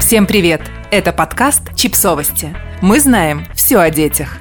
Всем привет! Это подкаст «Чипсовости». Мы знаем все о детях.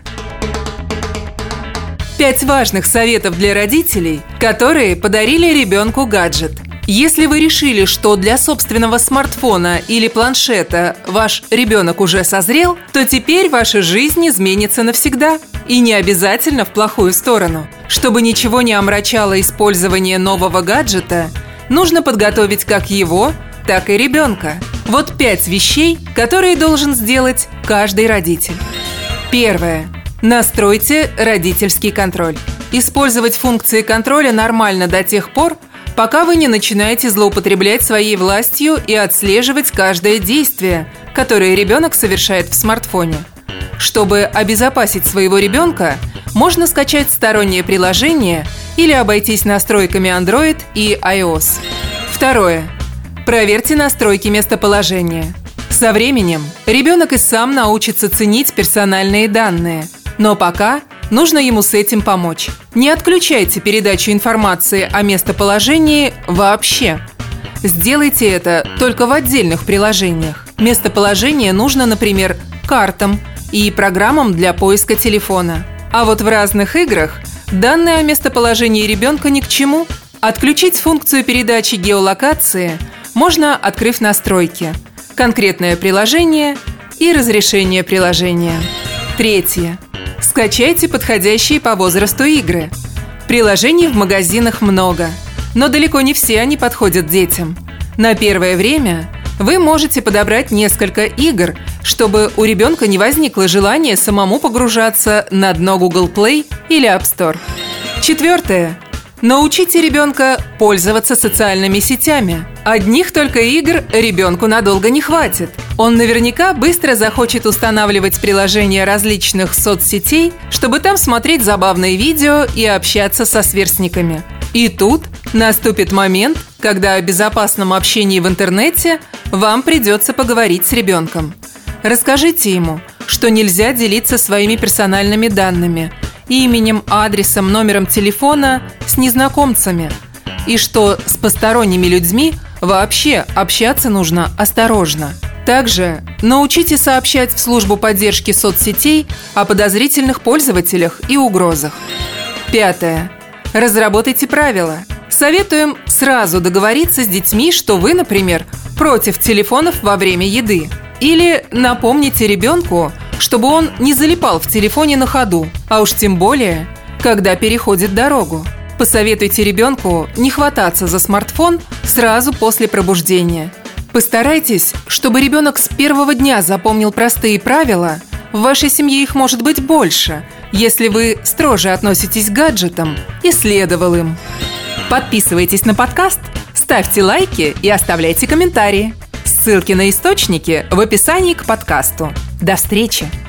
5 важных советов для родителей, которые подарили ребенку гаджет. Если вы решили, что для собственного смартфона или планшета ваш ребенок уже созрел, то теперь ваша жизнь изменится навсегда. И не обязательно в плохую сторону. Чтобы ничего не омрачало использование нового гаджета, нужно подготовить как его, так и ребенка. Вот 5 вещей, которые должен сделать каждый родитель. Первое. Настройте родительский контроль. Использовать функции контроля нормально до тех пор, пока вы не начинаете злоупотреблять своей властью и отслеживать каждое действие, которое ребенок совершает в смартфоне. Чтобы обезопасить своего ребенка, можно скачать стороннее приложение или обойтись настройками Android и iOS. Второе. Проверьте настройки местоположения. Со временем ребенок и сам научится ценить персональные данные, но пока нужно ему с этим помочь. Не отключайте передачу информации о местоположении вообще. Сделайте это только в отдельных приложениях. Местоположение нужно, например, картам и программам для поиска телефона. А вот в разных играх данные о местоположении ребенка ни к чему. Отключить функцию передачи геолокации можно, открыв настройки, конкретное приложение и разрешение приложения. Третье. Скачайте подходящие по возрасту игры. Приложений в магазинах много, но далеко не все они подходят детям. На первое время вы можете подобрать несколько игр, чтобы у ребенка не возникло желания самому погружаться на дно Google Play или App Store. Четвертое. Научите ребенка пользоваться социальными сетями. Одних только игр ребенку надолго не хватит. Он наверняка быстро захочет устанавливать приложения различных соцсетей, чтобы там смотреть забавные видео и общаться со сверстниками. И тут наступит момент, когда о безопасном общении в интернете вам придется поговорить с ребенком. Расскажите ему, что нельзя делиться своими персональными данными, именем, адресом, номером телефона с незнакомцами. И что с посторонними людьми вообще общаться нужно осторожно. Также научите сообщать в службу поддержки соцсетей о подозрительных пользователях и угрозах. Пятое. Разработайте правила. Советуем сразу договориться с детьми, что вы, например, против телефонов во время еды. Или напомните ребенку, чтобы он не залипал в телефоне на ходу, а уж тем более, когда переходит дорогу. Посоветуйте ребенку не хвататься за смартфон сразу после пробуждения. Постарайтесь, чтобы ребенок с первого дня запомнил простые правила. В вашей семье их может быть больше, если вы строже относитесь к гаджетам и следовал им. Подписывайтесь на подкаст, ставьте лайки и оставляйте комментарии. Ссылки на источники в описании к подкасту. До встречи!